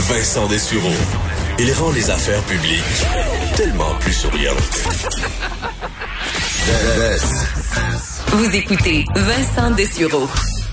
Vincent Dessureau. Il rend les affaires publiques tellement plus souriantes. Vous écoutez Vincent Dessureau.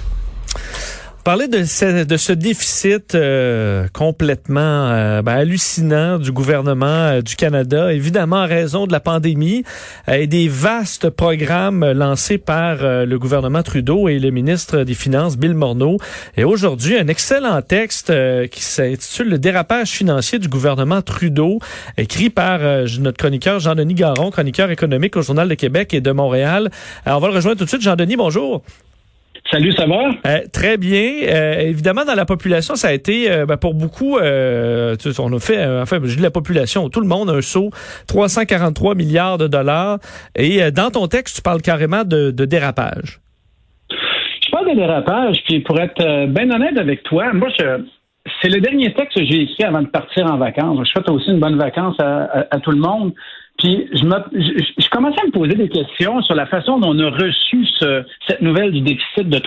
Parler de ce déficit complètement hallucinant du gouvernement du Canada, évidemment en raison de la pandémie et des vastes programmes lancés par le gouvernement Trudeau et le ministre des Finances, Bill Morneau. Et aujourd'hui, un excellent texte qui s'intitule « Le dérapage financier du gouvernement Trudeau », écrit par notre chroniqueur Jean-Denis Garon, chroniqueur économique au Journal de Québec et de Montréal. Alors, on va le rejoindre tout de suite. Jean-Denis, bonjour. Salut, ça va? Très bien. Évidemment, dans la population, ça a été, pour beaucoup, on a fait, je dis la population, tout le monde, un saut, 343 milliards de dollars. Et dans ton texte, tu parles carrément de dérapage. Je parle de dérapage, puis pour être bien honnête avec toi, moi, c'est le dernier texte que j'ai écrit avant de partir en vacances. Je souhaite aussi une bonne vacance à tout le monde. Puis je commençais à me poser des questions sur la façon dont on a reçu cette nouvelle du déficit de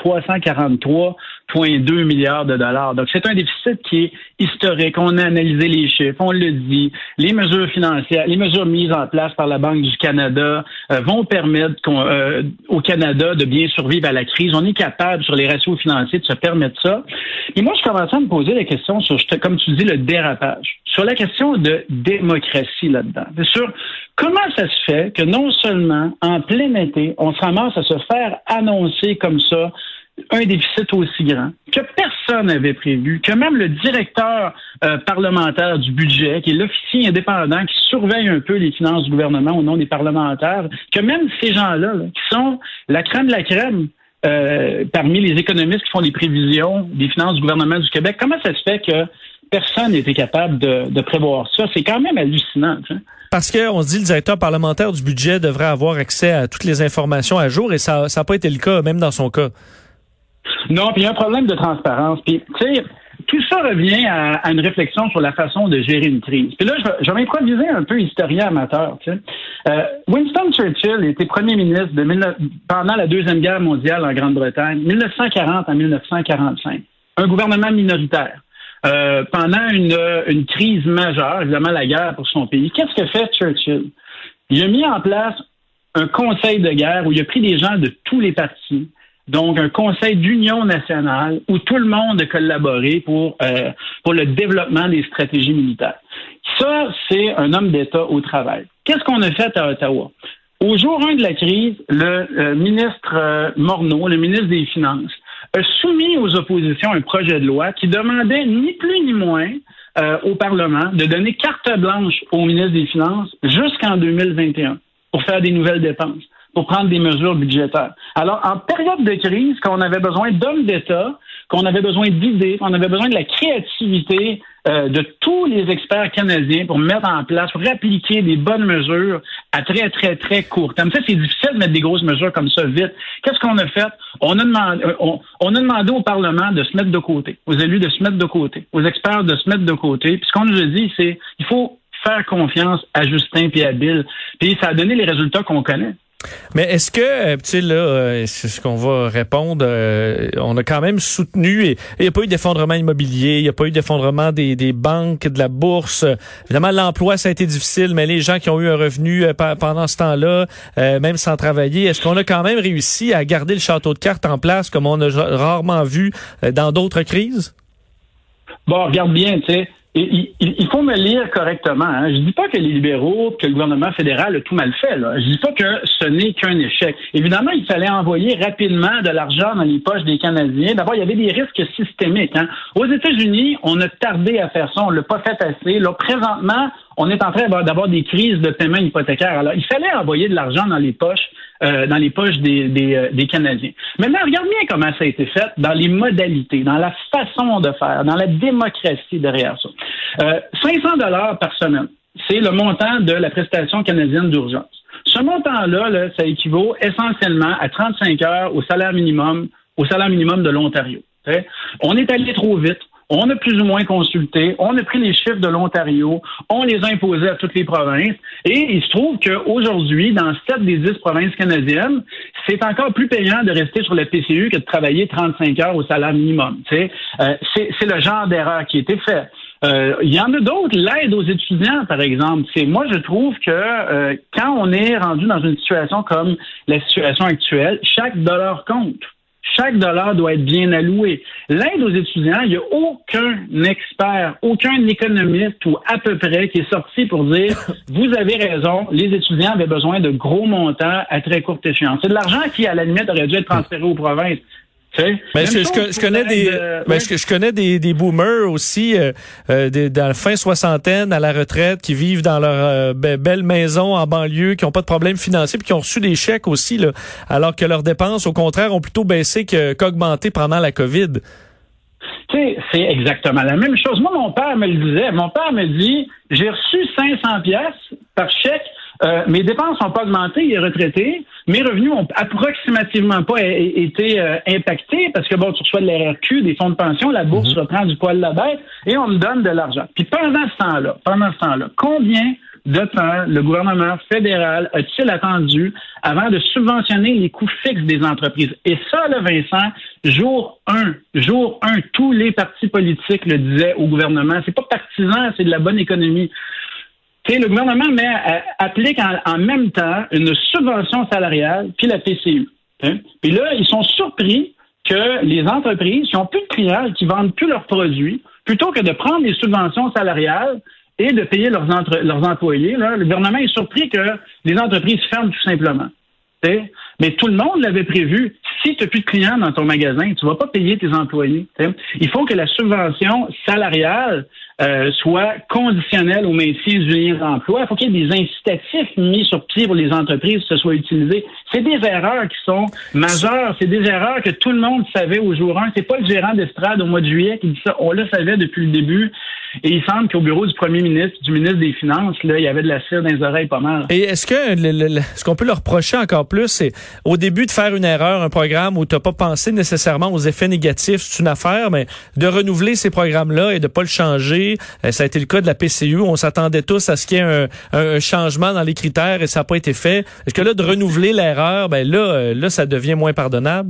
343,2 milliards de dollars. Donc, c'est un déficit qui est historique. On a analysé les chiffres, on le dit. Les mesures financières, les mesures mises en place par la Banque du Canada vont permettre au Canada de bien survivre à la crise. On est capable, sur les ratios financiers, de se permettre ça. Et moi, je commençais à me poser la question sur, comme tu dis, le dérapage. Sur la question de démocratie là-dedans. Bien sûr, comment ça se fait que non seulement en plein été, on se ramasse à se faire annoncer comme ça un déficit aussi grand que personne n'avait prévu, que même le directeur parlementaire du budget, qui est l'officier indépendant qui surveille un peu les finances du gouvernement au nom des parlementaires, que même ces gens-là, qui sont la crème de la crème parmi les économistes qui font les prévisions des finances du gouvernement du Québec, comment ça se fait que personne n'était capable de prévoir ça? C'est quand même hallucinant, tu sais. Parce qu'on se dit le directeur parlementaire du budget devrait avoir accès à toutes les informations à jour et ça n'a pas été le cas, même dans son cas. Non, puis il y a un problème de transparence. Puis, tu sais, tout ça revient à une réflexion sur la façon de gérer une crise. Puis là, je vais m'improviser un peu historien amateur. Tu sais. Winston Churchill était premier ministre pendant la Deuxième Guerre mondiale en Grande-Bretagne, 1940 à 1945. Un gouvernement minoritaire. Pendant une crise majeure, évidemment la guerre pour son pays, qu'est-ce que fait Churchill? Il a mis en place un conseil de guerre où il a pris des gens de tous les partis, donc un conseil d'union nationale où tout le monde a collaboré pour le développement des stratégies militaires. Ça, c'est un homme d'État au travail. Qu'est-ce qu'on a fait à Ottawa? Au jour 1 de la crise, le ministre Morneau, le ministre des Finances, a soumis aux oppositions un projet de loi qui demandait ni plus ni moins au Parlement de donner carte blanche au ministre des Finances jusqu'en 2021 pour faire des nouvelles dépenses, pour prendre des mesures budgétaires. Alors, en période de crise, quand on avait besoin d'hommes d'État, qu'on avait besoin d'idées, qu'on avait besoin de la créativité de tous les experts canadiens pour mettre en place, pour appliquer des bonnes mesures à très, très, très court terme. Ça, c'est difficile de mettre des grosses mesures comme ça vite. Qu'est-ce qu'on a fait? On a demandé au Parlement de se mettre de côté, aux élus de se mettre de côté, aux experts de se mettre de côté. Puis ce qu'on nous a dit, c'est il faut faire confiance à Justin et à Bill. Puis ça a donné les résultats qu'on connaît. Mais est-ce que, tu sais, là, c'est ce qu'on va répondre, on a quand même soutenu, et il n'y a pas eu d'effondrement immobilier, il n'y a pas eu d'effondrement des banques, de la bourse. Évidemment, l'emploi, ça a été difficile, mais les gens qui ont eu un revenu pendant ce temps-là, même sans travailler, est-ce qu'on a quand même réussi à garder le château de cartes en place comme on a rarement vu dans d'autres crises? Bon, regarde bien, tu sais. Il faut me lire correctement. Hein. Je dis pas que les libéraux, que le gouvernement fédéral a tout mal fait. Là. Je dis pas que ce n'est qu'un échec. Évidemment, il fallait envoyer rapidement de l'argent dans les poches des Canadiens. D'abord, il y avait des risques systémiques. Hein. Aux États-Unis, on a tardé à faire ça. On l'a pas fait assez. Là, présentement, on est en train d'avoir des crises de paiement hypothécaire. Alors, il fallait envoyer de l'argent dans les poches des Canadiens. Maintenant, regarde bien comment ça a été fait dans les modalités, dans la façon de faire, dans la démocratie derrière ça. 500 $ par semaine, c'est le montant de la prestation canadienne d'urgence. Ce montant-là, là, ça équivaut essentiellement à 35 heures au salaire minimum de l'Ontario. Okay? On est allé trop vite. On a plus ou moins consulté, on a pris les chiffres de l'Ontario, on les a imposés à toutes les provinces, et il se trouve qu'aujourd'hui, dans 7 des 10 provinces canadiennes, c'est encore plus payant de rester sur le PCU que de travailler 35 heures au salaire minimum. C'est le genre d'erreur qui a été fait. Il y en a d'autres, l'aide aux étudiants, par exemple. Moi, je trouve que quand on est rendu dans une situation comme la situation actuelle, chaque dollar compte. Chaque dollar doit être bien alloué. L'aide aux étudiants, il n'y a aucun expert, aucun économiste ou à peu près qui est sorti pour dire « Vous avez raison, les étudiants avaient besoin de gros montants à très courte échéance. » C'est de l'argent qui, à la limite, aurait dû être transféré aux provinces. Je connais des boomers aussi dans la fin soixantaine à la retraite qui vivent dans leur belle maison en banlieue, qui n'ont pas de problème financier puis qui ont reçu des chèques aussi là, alors que leurs dépenses au contraire ont plutôt baissé qu'augmenté pendant la COVID. Tu sais, c'est exactement la même chose. Moi, mon père me le disait. Mon père me dit, j'ai reçu 500 pièces par chèque. Mes dépenses n'ont pas augmenté, il est retraité. Mes revenus ont approximativement pas été impactés parce que bon, tu reçois de l'RRQ, des fonds de pension, la bourse reprend du poil de la bête et on me donne de l'argent. Puis pendant ce temps-là, combien de temps le gouvernement fédéral a-t-il attendu avant de subventionner les coûts fixes des entreprises? Et ça, là, Vincent, jour 1, tous les partis politiques le disaient au gouvernement. C'est pas partisan, c'est de la bonne économie. Le gouvernement applique en même temps une subvention salariale puis la PCU. Puis là, ils sont surpris que les entreprises qui ont plus de clients, qui vendent plus leurs produits, plutôt que de prendre les subventions salariales et de payer leurs employés, là, le gouvernement est surpris que les entreprises ferment tout simplement. Mais tout le monde l'avait prévu. Si tu n'as plus de clients dans ton magasin, tu ne vas pas payer tes employés. Il faut que la subvention salariale soit conditionnelle au maintien du lien d'emploi. Il faut qu'il y ait des incitatifs mis sur pied pour les entreprises que ce soit utilisé. C'est des erreurs qui sont majeures. C'est des erreurs que tout le monde savait au jour 1. C'est pas le gérant d'estrade au mois de juillet qui dit ça. On le savait depuis le début. Et il semble qu'au bureau du premier ministre, du ministre des Finances, là, il y avait de la cire dans les oreilles pas mal. Et est-ce que ce qu'on peut leur reprocher encore plus, c'est au début de faire une erreur, un programme où tu n'as pas pensé nécessairement aux effets négatifs, c'est une affaire, mais de renouveler ces programmes-là et de pas le changer. Ça a été le cas de la PCU. On s'attendait tous à ce qu'il y ait un changement dans les critères et ça n'a pas été fait. Est-ce que là, de renouveler l'erreur, là, ça devient moins pardonnable?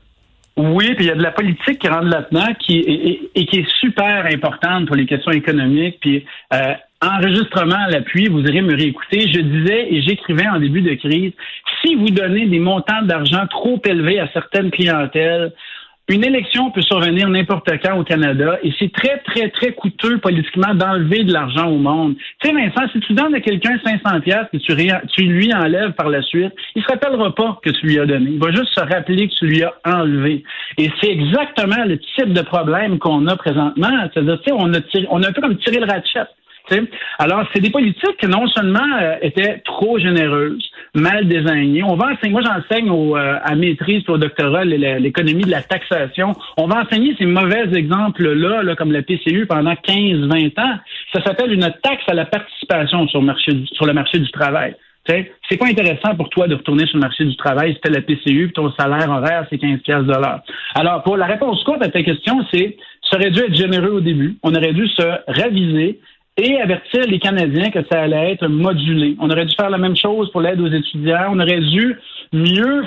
Oui, puis il y a de la politique qui rentre là-dedans qui est super importante pour les questions économiques. Puis enregistrement à l'appui, vous irez me réécouter. Je disais et j'écrivais en début de crise, si vous donnez des montants d'argent trop élevés à certaines clientèles, une élection peut survenir n'importe quand au Canada et c'est très, très, très coûteux politiquement d'enlever de l'argent au monde. Tu sais, Vincent, si tu donnes à quelqu'un 500 piastres et tu lui enlèves par la suite, il se rappellera pas que tu lui as donné. Il va juste se rappeler que tu lui as enlevé. Et c'est exactement le type de problème qu'on a présentement. C'est-à-dire, tu sais, on a un peu comme tiré le ratchet. Alors, c'est des politiques qui non seulement étaient trop généreuses, mal désignées. Moi, j'enseigne à maîtrise et au doctorat l'économie de la taxation. On va enseigner ces mauvais exemples-là, comme la PCU, pendant 15-20 ans. Ça s'appelle une taxe à la participation sur le marché du travail. C'est pas intéressant pour toi de retourner sur le marché du travail si tu as la PCU et ton salaire horaire, c'est 15 piastres de l'heure. Alors, pour la réponse courte à ta question, ça aurait dû être généreux au début. On aurait dû se raviser et avertir les Canadiens que ça allait être modulé. On aurait dû faire la même chose pour l'aide aux étudiants. On aurait dû mieux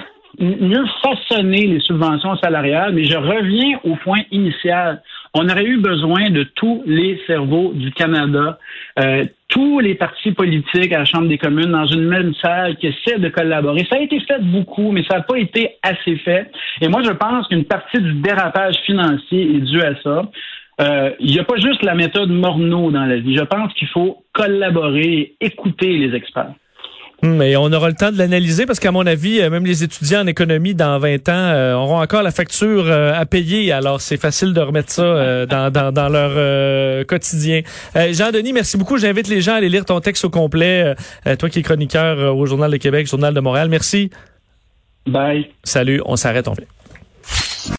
façonner les subventions salariales, mais je reviens au point initial. On aurait eu besoin de tous les cerveaux du Canada, tous les partis politiques à la Chambre des communes dans une même salle qui essaient de collaborer. Ça a été fait beaucoup, mais ça n'a pas été assez fait. Et moi, je pense qu'une partie du dérapage financier est due à ça. Il n'y a pas juste la méthode Morneau dans la vie. Je pense qu'il faut collaborer et écouter les experts. Mais on aura le temps de l'analyser parce qu'à mon avis, même les étudiants en économie dans 20 ans auront encore la facture à payer. Alors, c'est facile de remettre ça dans leur quotidien. Jean-Denis, merci beaucoup. J'invite les gens à aller lire ton texte au complet. Toi qui es chroniqueur au Journal de Québec, Journal de Montréal. Merci. Bye. Salut, on s'arrête, on fait.